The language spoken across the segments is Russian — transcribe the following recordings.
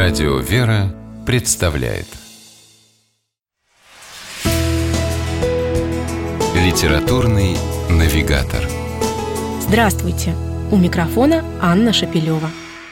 Радио «Вера» представляет Литературный навигатор. Здравствуйте! У микрофона Анна Шапилева.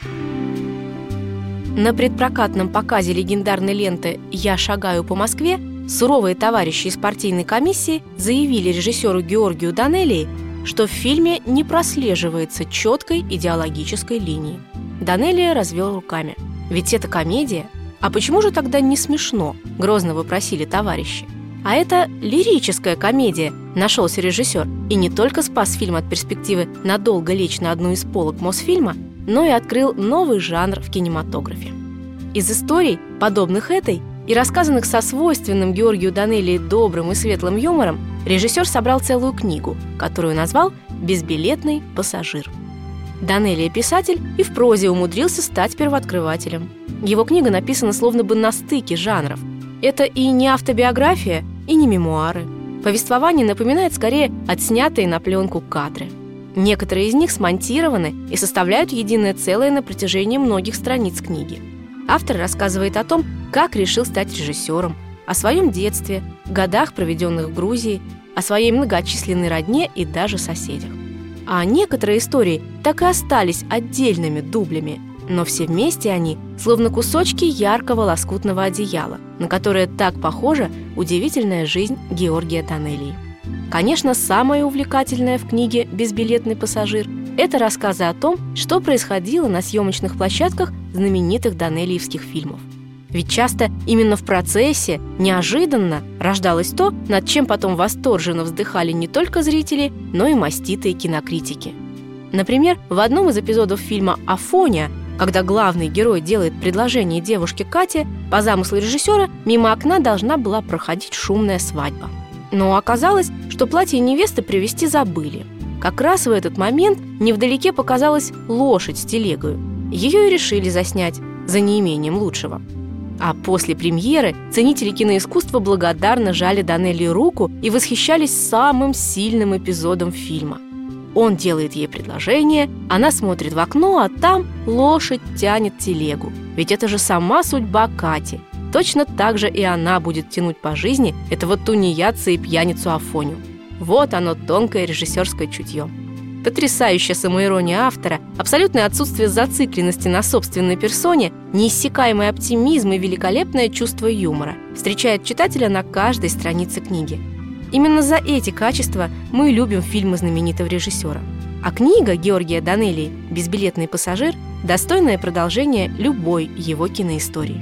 На предпрокатном показе легендарной ленты «Я шагаю по Москве» суровые товарищи из партийной комиссии заявили режиссеру Георгию Данелии, что в фильме не прослеживается четкой идеологической линии. Данелия развел руками. Ведь это комедия. А почему же тогда не смешно? Грозно вопросили товарищи. А это лирическая комедия, нашелся режиссер. И не только спас фильм от перспективы надолго лечь на одну из полок Мосфильма, но и открыл новый жанр в кинематографе. Из историй, подобных этой, и рассказанных со свойственным Георгию Данелии добрым и светлым юмором, режиссер собрал целую книгу, которую назвал «Безбилетный пассажир». Данелия писатель и в прозе умудрился стать первооткрывателем. Его книга написана словно бы на стыке жанров. Это и не автобиография, и не мемуары. Повествование напоминает скорее отснятые на пленку кадры. Некоторые из них смонтированы и составляют единое целое на протяжении многих страниц книги. Автор рассказывает о том, как решил стать режиссером, о своем детстве, годах, проведенных в Грузии, о своей многочисленной родне и даже соседях. А некоторые истории так и остались отдельными дублями, но все вместе они словно кусочки яркого лоскутного одеяла, на которое так похожа удивительная жизнь Георгия Данелии. Конечно, самое увлекательное в книге «Безбилетный пассажир» – это рассказы о том, что происходило на съемочных площадках знаменитых данелиевских фильмов. Ведь часто именно в процессе, неожиданно, рождалось то, над чем потом восторженно вздыхали не только зрители, но и маститые кинокритики. Например, в одном из эпизодов фильма «Афоня», когда главный герой делает предложение девушке Кате, по замыслу режиссера мимо окна должна была проходить шумная свадьба. Но оказалось, что платье невесты привезти забыли. Как раз в этот момент невдалеке показалась лошадь с телегою. Ее и решили заснять, за неимением лучшего. А после премьеры ценители киноискусства благодарно жали Данелии руку и восхищались самым сильным эпизодом фильма. Он делает ей предложение, она смотрит в окно, а там лошадь тянет телегу. Ведь это же сама судьба Кати. Точно так же и она будет тянуть по жизни этого тунеядца и пьяницу Афоню. Вот оно, тонкое режиссерское чутье. Потрясающая самоирония автора, абсолютное отсутствие зацикленности на собственной персоне, неиссякаемый оптимизм и великолепное чувство юмора встречает читателя на каждой странице книги. Именно за эти качества мы любим фильмы знаменитого режиссера. А книга Георгия Данелии «Безбилетный пассажир» – достойное продолжение любой его киноистории.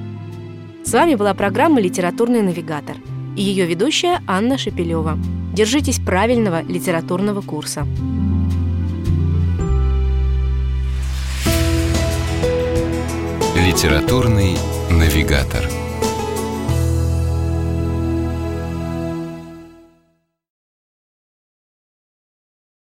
С вами была программа «Литературный навигатор» и ее ведущая Анна Шапилева. Держитесь правильного литературного курса. Литературный навигатор.